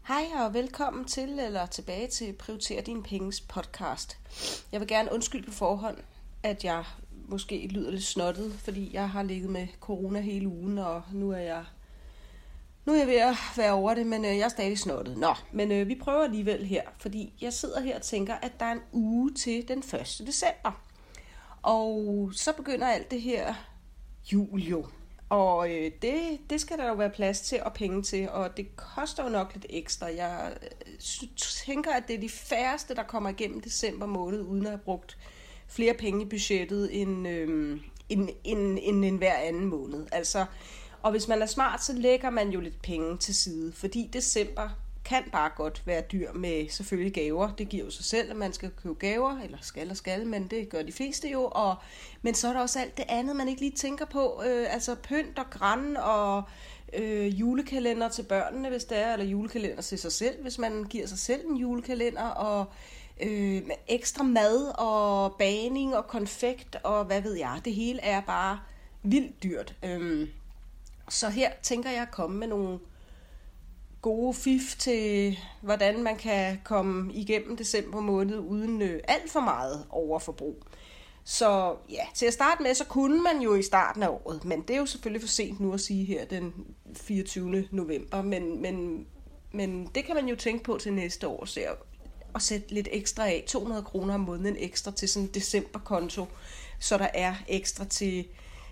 Hej og velkommen til eller tilbage til Prioriter Dine Penges podcast. Jeg vil gerne undskylde på forhånd, at jeg måske lyder lidt snottet, fordi jeg har ligget med corona hele ugen, og nu er jeg ved at være over det, men jeg er stadig snottet. Men vi prøver alligevel her, fordi jeg sidder her og tænker, at der er en uge til den 1. december. Og så begynder alt det her jul jo. Og det skal der jo være plads til og penge til, og det koster jo nok lidt ekstra. Jeg tænker, at det er de færreste, der kommer igennem december måned, uden at have brugt flere penge i budgettet end hver anden måned. Altså, og hvis man er smart, så lægger man jo lidt penge til side, fordi december kan bare godt være dyr med selvfølgelig gaver. Det giver jo sig selv, at man skal købe gaver, eller skal, men det gør de fleste jo. Men så er der også alt det andet, man ikke lige tænker på. Altså pynt og gran og julekalender til børnene, hvis det er, eller julekalender til sig selv, hvis man giver sig selv en julekalender, og ekstra mad og bagning og konfekt og hvad ved jeg. Det hele er bare vildt dyrt. Så her tænker jeg at komme med nogle gode fif til, hvordan man kan komme igennem december måned uden alt for meget overforbrug. Så ja, til at starte med, så kunne man jo i starten af året, men det er jo selvfølgelig for sent nu at sige her den 24. november, men det kan man jo tænke på til næste år, så at sætte lidt ekstra af, 200 kroner om måneden ekstra til sådan en decemberkonto, så der er ekstra til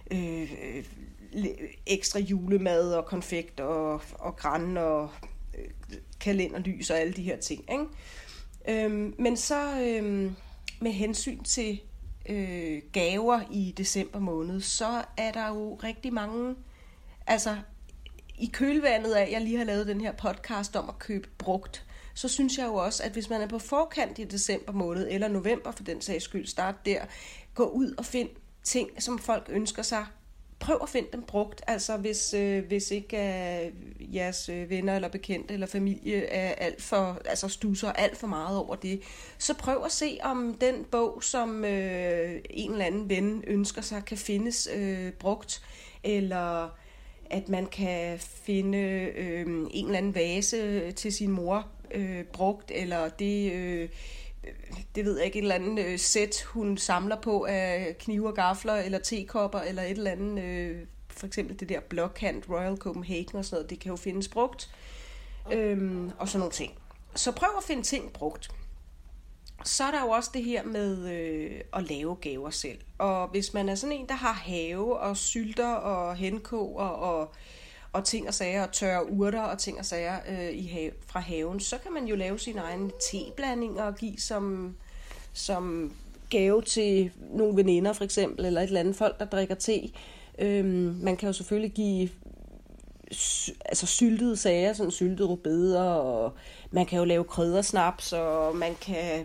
ekstra julemad og konfekt og gran og kalenderlys og alle de her ting, ikke? Men så med hensyn til gaver i december måned, så er der jo rigtig mange, altså i kølvandet af, at jeg lige har lavet den her podcast om at købe brugt, så synes jeg jo også, at hvis man er på forkant i december måned, eller november for den sags skyld, start der, gå ud og find ting, som folk ønsker sig. Prøv at finde dem brugt, altså hvis ikke jeres venner eller bekendte eller familie er stusser alt for meget over det, så prøv at se om den bog, som en eller anden ven ønsker sig, kan findes brugt, eller at man kan finde en eller anden vase til sin mor brugt, eller det ved jeg ikke, et eller andet sæt, hun samler på af knive og gafler, eller tekopper, eller et eller andet, for eksempel det der blokhand, Royal Copenhagen og sådan noget, det kan jo findes brugt, og sådan nogle ting. Så prøv at finde ting brugt. Så er der jo også det her med at lave gaver selv. Og hvis man er sådan en, der har have og sylter og henkoger og ting og sager, og tørre urter og ting og sager fra haven, så kan man jo lave sin egen teblandinger og give som gave til nogle veninder for eksempel, eller et eller andet folk, der drikker te. Man kan jo selvfølgelig give syltede sager, sådan syltede rødbeder, og man kan jo lave kryddersnaps, og man kan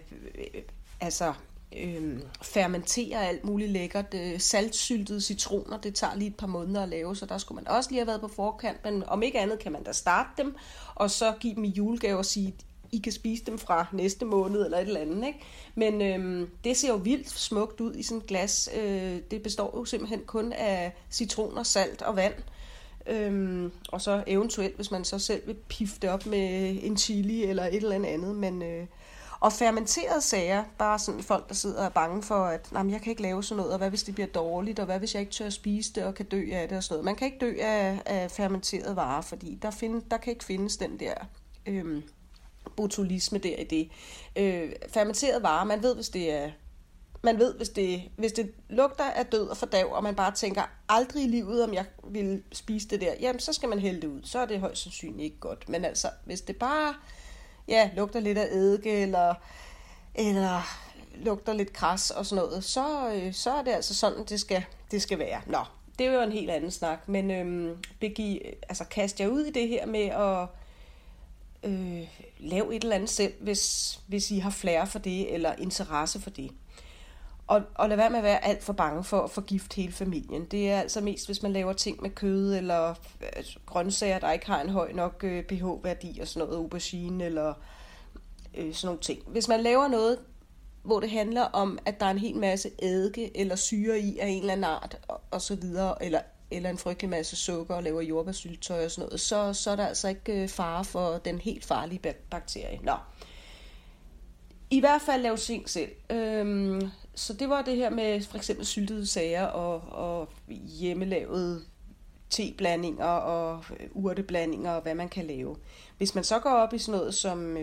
fermentere alt muligt lækkert. Saltsyltede citroner, det tager lige et par måneder at lave, så der skulle man også lige have været på forkant, men om ikke andet kan man da starte dem, og så give dem i julegave og sige, I kan spise dem fra næste måned, eller et eller andet, ikke? Men det ser jo vildt smukt ud i sådan et glas. Det består jo simpelthen kun af citroner, salt og vand. Og så eventuelt, hvis man så selv vil pifte det op med en chili eller et eller andet. Og fermenterede sager, bare sådan folk, der sidder og er bange for, at jeg kan ikke lave sådan noget, og hvad hvis det bliver dårligt, og hvad hvis jeg ikke tør at spise det og kan dø af det og sådan noget. Man kan ikke dø af fermenterede varer, fordi der kan ikke findes den der botulisme der i det. Fermenterede varer, man ved, hvis det lugter af død og fordav, og man bare tænker, aldrig i livet, om jeg vil spise det der, jamen så skal man hælde det ud. Så er det højst sandsynligt ikke godt. Men altså, hvis det bare lugter lidt af eddike, eller lugter lidt kras og sådan noget, så er det altså sådan, det skal være. Det er jo en helt anden snak, men kast jer ud i det her med at lave et eller andet selv, hvis I har flair for det, eller interesse for det. Og lad være med at være alt for bange for at forgifte hele familien. Det er altså mest, hvis man laver ting med kød, eller grøntsager, der ikke har en høj nok pH-værdi, og sådan noget, aubergine, eller sådan nogle ting. Hvis man laver noget, hvor det handler om, at der er en hel masse eddike, eller syre i af en eller anden art, og så videre, eller eller en frygtelig masse sukker og laver jordbærsyltetøj og sådan noget, så er der altså ikke fare for den helt farlige bakterie. Nå. I hvert fald lave ting selv. Så det var det her med for eksempel syltede sager og hjemmelavede teblandinger og urteblandinger og hvad man kan lave. Hvis man så går op i sådan noget som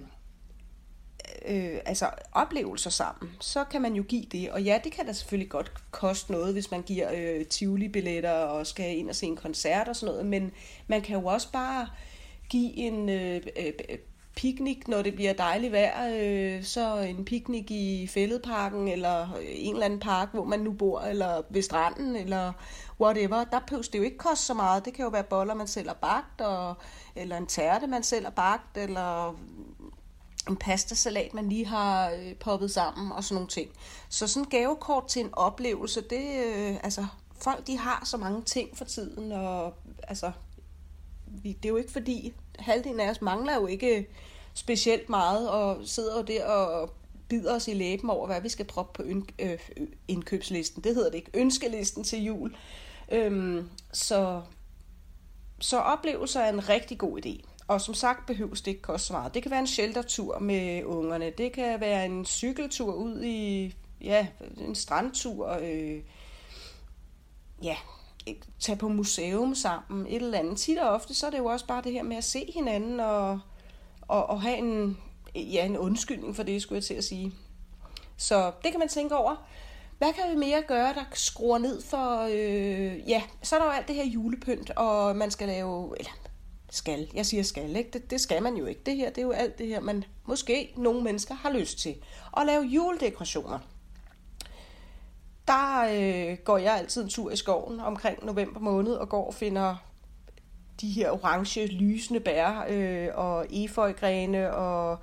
altså oplevelser sammen, så kan man jo give det. Og ja, det kan da selvfølgelig godt koste noget, hvis man giver Tivoli-billetter og skal ind og se en koncert og sådan noget, men man kan jo også bare give en picnic, når det bliver dejligt vejr, så en picnic i Fælledparken, eller en eller anden park, hvor man nu bor, eller ved stranden, eller whatever. Der behøver det jo ikke koste så meget. Det kan jo være boller, man selv har bagt, eller en tærte, man selv har bagt, eller en pastasalat, man lige har poppet sammen, og sådan nogle ting. Så sådan en gavekort til en oplevelse, altså, folk de har så mange ting for tiden, og altså, det er jo ikke fordi, halvdelen af os mangler jo ikke specielt meget, og sidder jo der og bider os i læben over, hvad vi skal proppe på indkøbslisten. Det hedder det ikke, ønskelisten til jul. Så oplevelser er en rigtig god idé. Og som sagt behøves det ikke koste så meget. Det kan være en sheltertur med ungerne. Det kan være en cykeltur ud i, en strandtur. Tage på museum sammen. Et eller andet. Tit og ofte, så er det jo også bare det her med at se hinanden og have en undskyldning for det, skulle jeg til at sige. Så det kan man tænke over. Hvad kan vi mere gøre, der skruer ned for... så er der jo alt det her julepynt, og man skal lave... Jeg siger skal, ikke? Det skal man jo ikke. Det her, det er jo alt det her, man måske nogle mennesker har lyst til. At lave juledekorationer. Der går jeg altid en tur i skoven omkring november måned, og går og finder de her orange, lysende bær, og efeugrene, og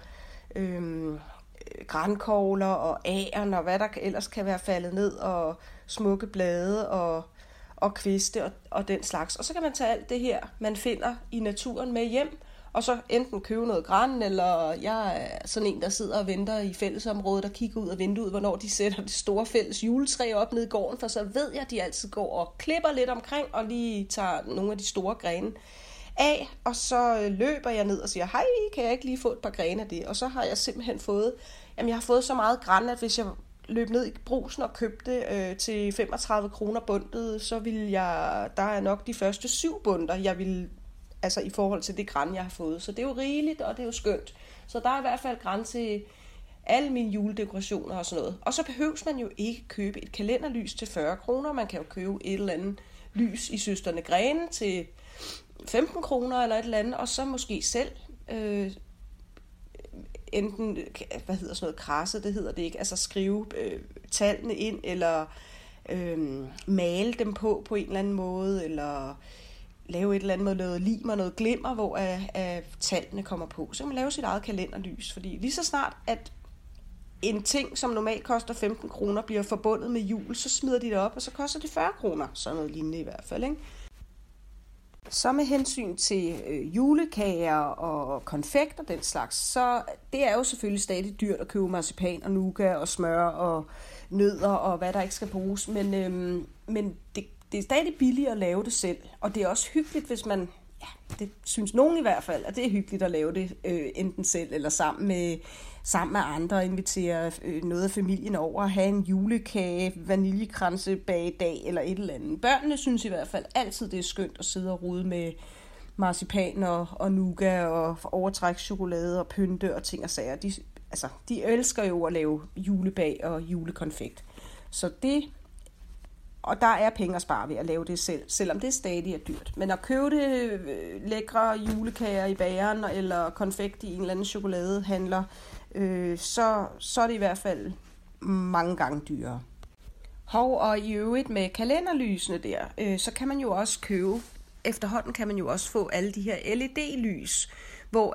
grankogler, og æren, og hvad der ellers kan være faldet ned, og smukke blade, og kviste og den slags. Og så kan man tage alt det her, man finder i naturen med hjem, og så enten købe noget gran, eller jeg er sådan en, der sidder og venter i fællesområdet og kigger ud af vinduet, hvornår de sætter det store fælles juletræ op nede i gården, for så ved jeg, at de altid går og klipper lidt omkring, og lige tager nogle af de store grene af, og så løber jeg ned og siger, hej, kan jeg ikke lige få et par grene af det? Og så har jeg simpelthen jeg har fået så meget gran, at hvis jeg løb ned i Brugsen og købte til 35 kroner bundet, så vil der er nok de første 7 bundter, jeg vil, altså i forhold til det gran, jeg har fået. Så det er jo rigeligt, og det er jo skønt. Så der er i hvert fald gran til alle mine juledekorationer og sådan noget. Og så behøves man jo ikke købe et kalenderlys til 40 kroner. Man kan jo købe et eller andet lys i Søstrene Grene til 15 kroner eller et eller andet, og så måske selv enten, krasse, det hedder det ikke, altså skrive tallene ind, eller male dem på en eller anden måde, eller lave et eller andet med noget lim og noget glimmer, hvor tallene kommer på. Så kan man lave sit eget kalenderlys, fordi lige så snart, at en ting, som normalt koster 15 kroner, bliver forbundet med jul, så smider de det op, og så koster det 40 kroner. Sådan noget lignende i hvert fald, ikke? Så med hensyn til julekager og konfekt og den slags, så det er jo selvfølgelig stadig dyrt at købe marcipan og nougat og smør og nødder og hvad der ikke skal bruges, men det er stadig billigere at lave det selv, og det er også hyggeligt, hvis man, det synes nogen i hvert fald, at det er hyggeligt at lave det enten selv eller sammen med andre, invitere noget af familien over og have en julekage, vaniljekranse bagdag eller et eller andet. Børnene synes i hvert fald altid, det er skønt at sidde og rode med marcipan og nougat og overtrækschokolade og pynte og ting og sager. De elsker jo at lave julebag og julekonfekt. Så og der er penge at spare ved at lave det selv, selvom det stadig er dyrt. Men at købe det lækre julekager i bageren eller konfekt i en eller anden chokoladehandler, så er det i hvert fald mange gange dyrere. Og i øvrigt med kalenderlysene der, så kan man jo også købe, efterhånden kan man jo også få alle de her LED-lys, hvor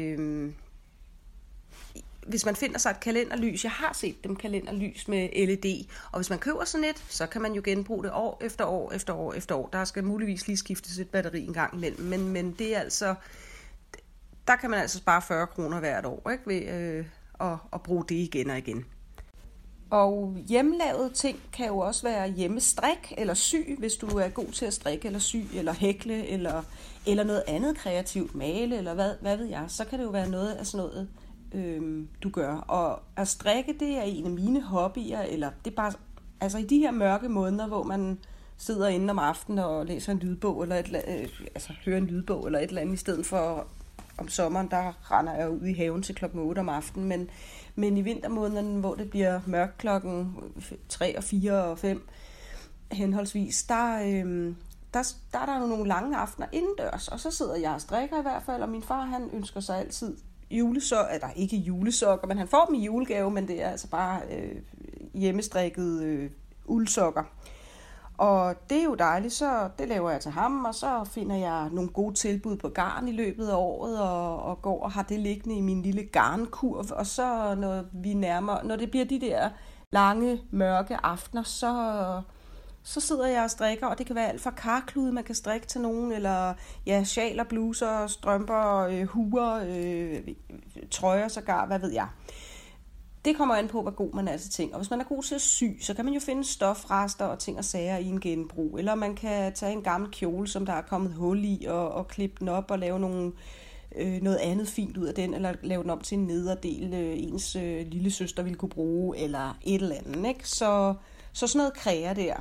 hvis man finder sig et kalenderlys, jeg har set dem kalenderlys med LED, og hvis man køber sådan et, så kan man jo genbruge det år efter år efter år efter år. Der skal muligvis lige skiftes et batteri en gang imellem, men det er altså, der kan man altså spare 40 kroner hvert år, ikke, ved at bruge det igen og igen. Og hjemmelavede ting kan jo også være hjemmestrik eller sy, hvis du er god til at strikke eller sy eller hækle eller noget andet kreativt, male eller hvad ved jeg. Så kan det jo være noget af sådan noget, du gør. Og at strikke, det er en af mine hobbyer, eller det er bare, altså i de her mørke måneder, hvor man sidder inde om aftenen og læser en lydbog, eller hører en lydbog eller et eller andet, i stedet for om sommeren, der render jeg ud i haven til klokken 8 om aftenen, men i vintermånederne, hvor det bliver mørkt klokken 3 og 4 og 5 henholdsvis, der er der nogle lange aftener indendørs, og så sidder jeg og strikker i hvert fald, og min far, han ønsker sig altid julesokker, eller ikke julesokker, men han får dem i julegave, men det er altså bare hjemmestrikkede uldsokker. Og det er jo dejligt, så det laver jeg til ham, og så finder jeg nogle gode tilbud på garn i løbet af året, og går og har det liggende i min lille garnkurv, og så når det bliver de der lange, mørke aftener, så sidder jeg og strikker, og det kan være alt fra karklude, man kan strikke til nogen, eller ja, sjaler, bluser, strømper, huer, trøjer sågar, hvad ved jeg. Det kommer an på, hvor god man er til ting. Og hvis man er god til at sy, så kan man jo finde stofrester og ting og sager i en genbrug. Eller man kan tage en gammel kjole, som der er kommet hul i, og klippe den op og lave noget andet fint ud af den, eller lave den om til en nederdel, ens lille søster ville kunne bruge, eller et eller andet. Ikke? Så sådan noget kræver der.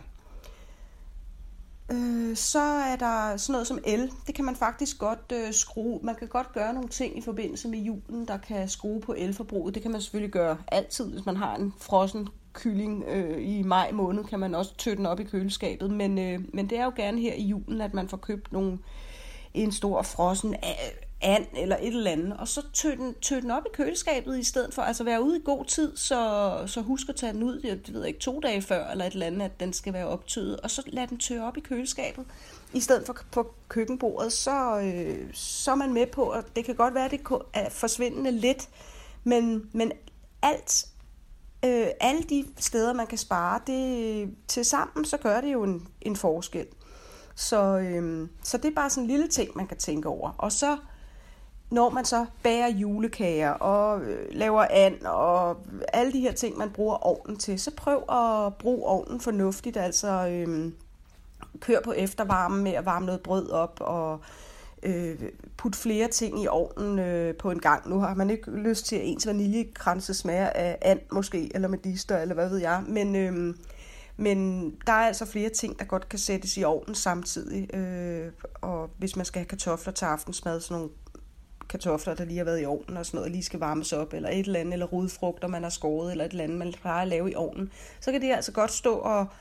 Så er der sådan noget som el. Det kan man faktisk godt skrue. Man kan godt gøre nogle ting i forbindelse med julen, der kan skrue på elforbruget. Det kan man selvfølgelig gøre altid. Hvis man har en frossen kylling i maj måned, kan man også tø den op i køleskabet. Men det er jo gerne her i julen, at man får købt en stor frossen and eller et eller andet, og så tø den op i køleskabet i stedet for, altså være ude i god tid, så husk at tage den ud, jeg ved ikke, 2 dage før, eller et eller andet, at den skal være optøet, og så lad den tø op i køleskabet, i stedet for på køkkenbordet, så er man med på, og det kan godt være, at det er forsvindende lidt, men alle de steder, man kan spare, det til sammen, så gør det jo en forskel. Så det er bare sådan en lille ting, man kan tænke over. Og så, når man så bager julekager og laver and og alle de her ting, man bruger ovnen til, så prøv at bruge ovnen fornuftigt. Altså kør på eftervarme med at varme noget brød op og put flere ting i ovnen på en gang. Nu har man ikke lyst til, at ens vaniljekranse smager af and måske, eller medister, eller hvad ved jeg, men der er altså flere ting, der godt kan sættes i ovnen samtidig. Og hvis man skal have kartofler til aftensmad, sådan nogle kartofler, der lige har været i ovnen og sådan noget, lige skal varmes op, eller et eller andet, eller rodfrugter, man har skåret, eller et eller andet, man plejer at lave i ovnen, så kan det altså godt stå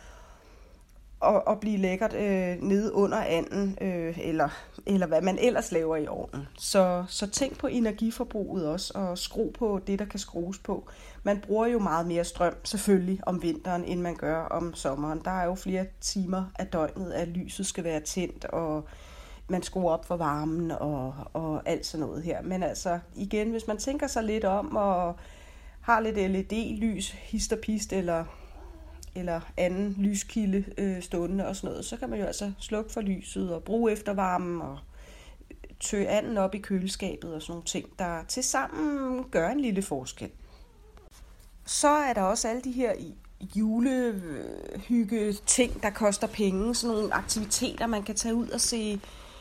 og blive lækkert nede under anden, eller hvad man ellers laver i ovnen. Så tænk på energiforbruget også, og skru på det, der kan skrues på. Man bruger jo meget mere strøm, selvfølgelig, om vinteren, end man gør om sommeren. Der er jo flere timer af døgnet, at lyset skal være tændt, og man skruer op for varmen, og alt sådan noget her. Men altså, igen, hvis man tænker sig lidt om, og har lidt LED-lys, hist og pist, eller anden lyskilde stående og sådan noget, så kan man jo altså slukke for lyset og bruge eftervarmen og tø anden op i køleskabet og sådan nogle ting, der tilsammen gør en lille forskel. Så er der også alle de her julehygge ting, der koster penge, sådan nogle aktiviteter, man kan tage ud og se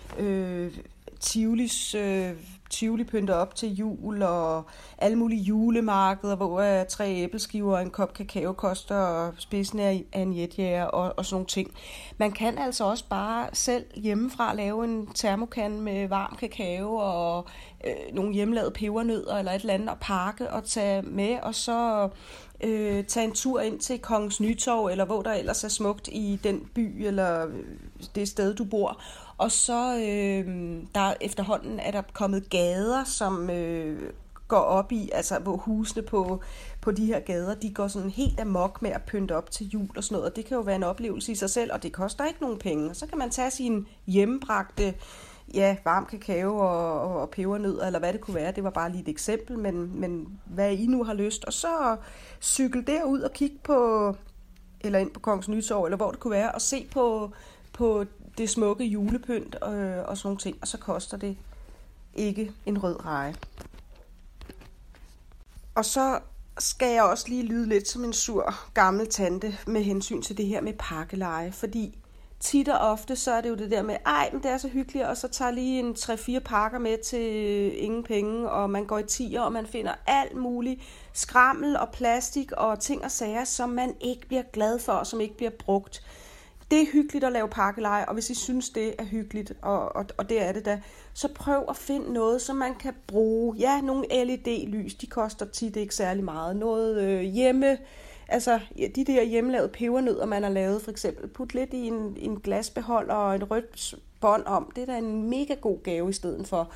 Tivoli pynter op til jul, og alle mulige julemarkeder, hvor 3 æbleskiver og en kop kakao koster spidsen af en jetjæger og sådan nogle ting. Man kan altså også bare selv hjemmefra lave en termokan med varm kakao og nogle hjemmelavede pebernødder eller et eller andet, og pakke og tage med, og så tage en tur ind til Kongens Nytorv, eller hvor der ellers er smukt i den by, eller det sted, du bor. Og så der efterhånden er der kommet gader, som går op i, altså hvor husene på de her gader, de går sådan helt amok med at pynte op til jul og sådan noget, og det kan jo være en oplevelse i sig selv, og det koster ikke nogen penge. Så kan man tage sin hjemmebragte varm kakao og pebernødder, eller hvad det kunne være. Det var bare lige et eksempel, men hvad I nu har lyst. Og så cykle derud og kigge på, eller ind på Kongens Nytorv, eller hvor det kunne være, og se på det smukke julepynt og sådan nogle ting. Og så koster det ikke en rød reje. Og så skal jeg også lige lyde lidt som en sur gammel tante med hensyn til det her med pakkeleje, fordi tit og ofte, så er det jo det der med, men det er så hyggeligt, og så tager lige en 3-4 pakker med til ingen penge, og man går i tier, og man finder alt muligt skrammel og plastik og ting og sager, som man ikke bliver glad for, og som ikke bliver brugt. Det er hyggeligt at lave pakkeleje, og hvis I synes, det er hyggeligt, og det er det da, så prøv at finde noget, som man kan bruge. Ja, nogle LED-lys, de koster tit ikke særlig meget. Noget hjemme, altså de der hjemmelavede pebernødder, man har lavet, for eksempel, put lidt i en glasbeholder og en rødt bånd om. Det er da en mega god gave i stedet for.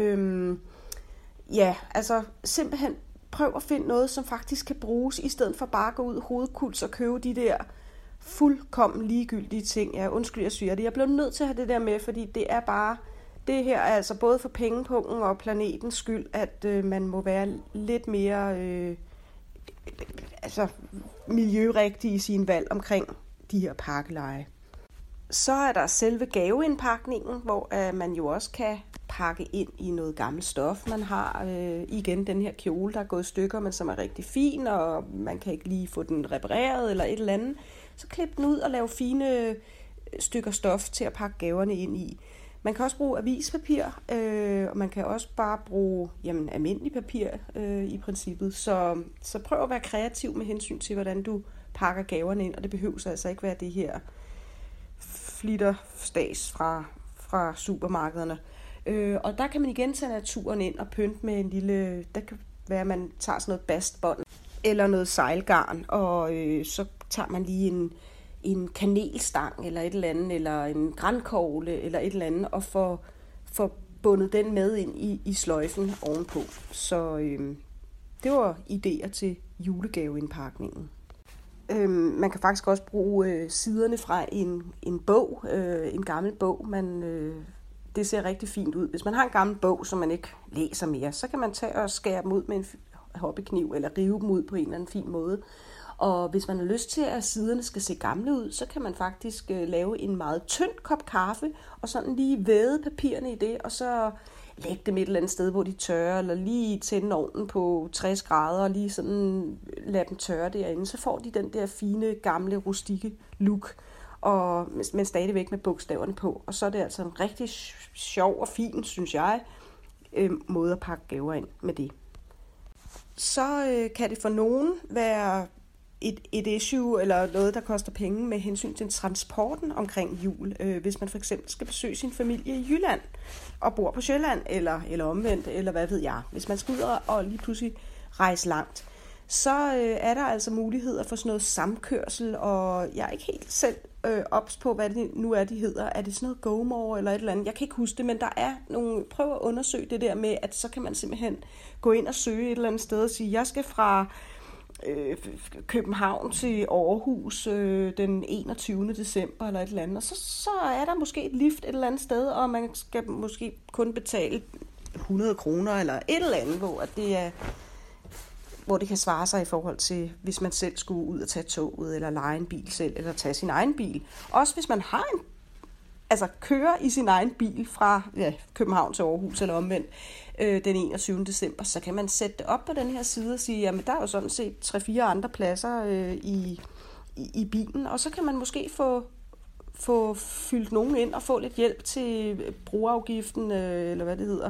Altså simpelthen prøv at finde noget, som faktisk kan bruges, i stedet for bare at gå ud hovedkuls og købe de der fuldkommen ligegyldige ting. Ja, undskyld, jeg siger det. Jeg bliver nødt til at have det der med, fordi det er bare, det her er altså både for pengepunkten og planetens skyld, at man må være lidt mere miljørigtig i sin valg omkring de her pakkeleje. Så er der selve gaveindpakningen, hvor man jo også kan pakke ind i noget gammelt stof. Man har igen den her kjole, der er gået i stykker, men som er rigtig fin, og man kan ikke lige få den repareret eller et eller andet. Så klip den ud og lave fine stykker stof til at pakke gaverne ind i. Man kan også bruge avispapir, og man kan også bare bruge almindelig papir i princippet. Så prøv at være kreativ med hensyn til, hvordan du pakker gaverne ind, og det behøver altså ikke være det her flitterstas fra supermarkederne. Og der kan man igen tage naturen ind og pynte med en lille, der kan være, at man tager sådan noget bastbånd eller noget sejlgarn, og så tager man lige en kanelstang eller et eller andet, eller en grankogle eller et eller andet, og får bundet den med ind i sløjfen ovenpå. Så det var idéer til julegaveindpakningen. Man kan faktisk også bruge siderne fra en bog, en gammel bog. Det ser rigtig fint ud. Hvis man har en gammel bog, som man ikke læser mere, så kan man tage og skære dem ud med en hobbykniv, eller rive dem ud på en eller anden fin måde. Og hvis man har lyst til, at siderne skal se gamle ud, så kan man faktisk lave en meget tynd kop kaffe, og sådan lige væde papirerne i det, og så lægge dem et eller andet sted, hvor de tørrer, eller lige tænde ovnen på 60 grader, og lige sådan lade dem tørre derinde. Så får de den der fine, gamle, rustikke look, men stadigvæk med bogstaverne på. Og så er det altså en rigtig sjov og fin, synes jeg, måde at pakke gaver ind med det. Så kan det for nogen være et issue eller noget, der koster penge med hensyn til transporten omkring jul. Hvis man for eksempel skal besøge sin familie i Jylland og bor på Sjælland eller omvendt, eller hvad ved jeg. Hvis man skal ud og lige pludselig rejse langt, så er der altså muligheder for sådan noget samkørsel, og jeg er ikke helt selv ops på, hvad det nu er, de hedder. Er det sådan noget GoMore eller et eller andet? Jeg kan ikke huske det, men der er nogle, prøv at undersøge det der med, at så kan man simpelthen gå ind og søge et eller andet sted og sige, jeg skal fra København til Aarhus den 21. december eller et eller andet, og så er der måske et lift et eller andet sted, og man skal måske kun betale 100 kroner eller et eller andet, hvor det kan svare sig i forhold til, hvis man selv skulle ud og tage toget, eller leje en bil selv, eller tage sin egen bil. Også hvis man har kører i sin egen bil fra København til Aarhus eller omvendt den 21. december, så kan man sætte det op på den her side og sige, jamen der er jo sådan set 3-4 andre pladser i bilen, og så kan man måske få fyldt nogen ind og få lidt hjælp til brugerafgiften, eller hvad det hedder,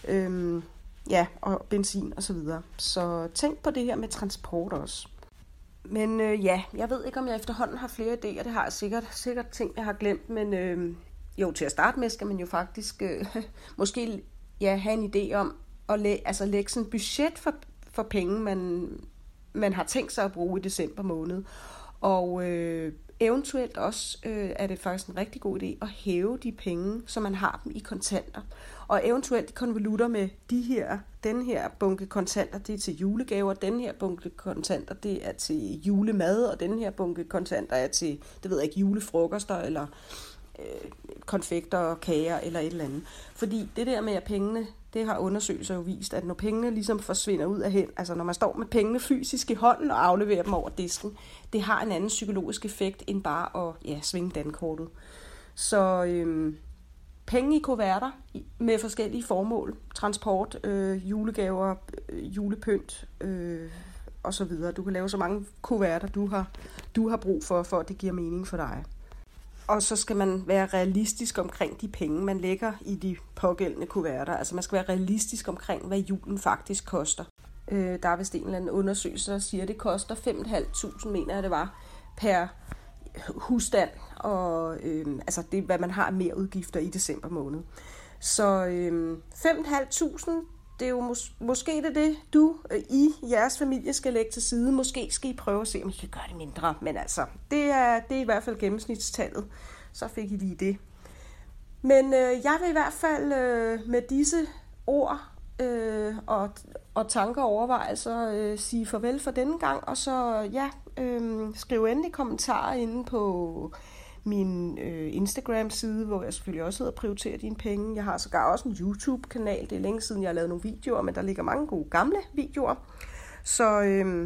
og benzin og så videre. Så tænk på det her med transport også. Men jeg ved ikke, om jeg efterhånden har flere idéer. Det har jeg sikkert ting, jeg har glemt. Men til at starte med skal man jo faktisk måske have en idé om at lægge sådan et budget for penge, man har tænkt sig at bruge i december måned. Og eventuelt også er det faktisk en rigtig god idé at hæve de penge, så man har dem i kontanter. Og eventuelt konvolutter med den her bunke kontanter, det er til julegaver, den her bunke kontanter, det er til julemad, og den her bunke kontanter er til, julefrokoster, eller konfekter og kager, eller et eller andet. Fordi det der med, at pengene, det har undersøgelser jo vist, at når pengene ligesom forsvinder ud af hen, altså når man står med pengene fysisk i hånden og afleverer dem over disken, det har en anden psykologisk effekt, end bare at svinge dankortet. Så penge i kuverter med forskellige formål, transport, julegaver, julepynt og så videre. Du kan lave så mange kuverter, du har brug for at det giver mening for dig. Og så skal man være realistisk omkring de penge, man lægger i de pågældende kuverter. Altså man skal være realistisk omkring, hvad julen faktisk koster. Der er vist en eller anden undersøgelse, der siger, at det koster 5.500, mener jeg det var, per husstand. Og altså det hvad man har mere udgifter i december måned. Så 5.500, det er jo måske det, du i jeres familie skal lægge til side. Måske skal I prøve at se, om I kan gøre det mindre. Men altså, det er i hvert fald gennemsnitstallet. Så fik I lige det. Men jeg vil i hvert fald med disse ord og tanker og overvejelser sige farvel for denne gang. Og så skriv endelig kommentarer inde på min Instagram-side, hvor jeg selvfølgelig også hedder Prioriter dine penge. Jeg har sågar også en YouTube-kanal. Det er længe siden, jeg har lavet nogle videoer, men der ligger mange gode gamle videoer. Så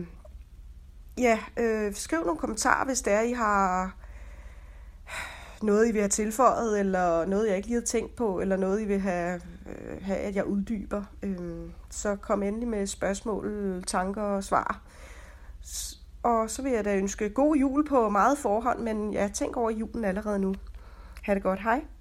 skriv nogle kommentarer, hvis det er, I har noget, I vil have tilføjet, eller noget, jeg ikke lige har tænkt på, eller noget, I vil have at jeg uddyber. Så kom endelig med spørgsmål, tanker og svar. Og så vil jeg da ønske god jul på meget forhånd, men jeg tænker over julen allerede nu. Ha' det godt, hej.